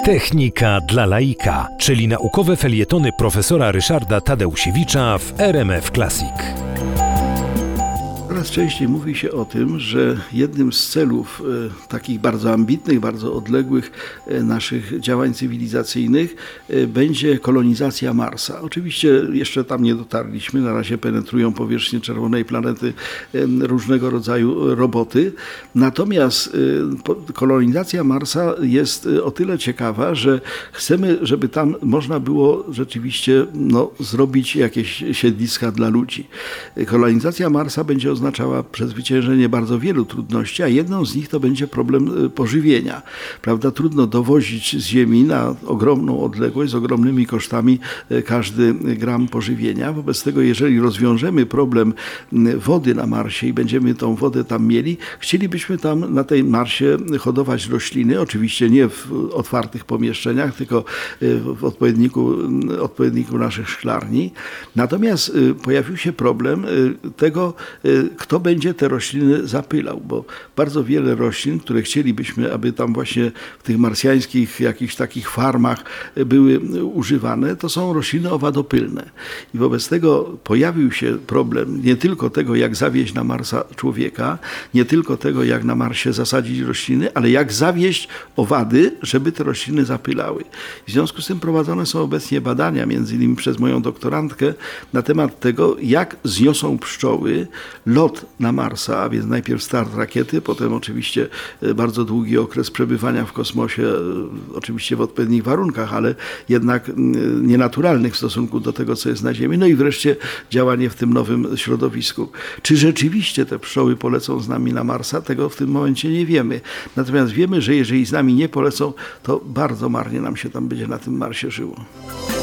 Technika dla laika, czyli naukowe felietony profesora Ryszarda Tadeusiewicza w RMF Classic. Coraz częściej mówi się o tym, że jednym z celów takich bardzo ambitnych, bardzo odległych naszych działań cywilizacyjnych będzie kolonizacja Marsa. Oczywiście jeszcze tam nie dotarliśmy, na razie penetrują powierzchnię czerwonej planety różnego rodzaju roboty. Natomiast kolonizacja Marsa jest o tyle ciekawa, że chcemy, żeby tam można było rzeczywiście zrobić jakieś siedliska dla ludzi. Kolonizacja Marsa będzie oznaczała przezwyciężenie bardzo wielu trudności, a jedną z nich to będzie problem pożywienia. Prawda? Trudno dowozić z Ziemi na ogromną odległość z ogromnymi kosztami każdy gram pożywienia. Wobec tego, jeżeli rozwiążemy problem wody na Marsie i będziemy tą wodę tam mieli, chcielibyśmy tam na tej Marsie hodować rośliny, oczywiście nie w otwartych pomieszczeniach, tylko w odpowiedniku naszych szklarni. Natomiast pojawił się problem tego, kto będzie te rośliny zapylał, bo bardzo wiele roślin, które chcielibyśmy, aby tam właśnie w tych marsjańskich jakichś takich farmach były używane, to są rośliny owadopylne. I wobec tego pojawił się problem nie tylko tego, jak zawieźć na Marsa człowieka, nie tylko tego, jak na Marsie zasadzić rośliny, ale jak zawieźć owady, żeby te rośliny zapylały. W związku z tym prowadzone są obecnie badania, między innymi przez moją doktorantkę, na temat tego, jak zniosą pszczoły lot na Marsa, a więc najpierw start rakiety, potem oczywiście bardzo długi okres przebywania w kosmosie, oczywiście w odpowiednich warunkach, ale jednak nienaturalnych w stosunku do tego, co jest na Ziemi. No i wreszcie działanie w tym nowym środowisku. Czy rzeczywiście te pszczoły polecą z nami na Marsa? Tego w tym momencie nie wiemy. Natomiast wiemy, że jeżeli z nami nie polecą, to bardzo marnie nam się tam będzie na tym Marsie żyło.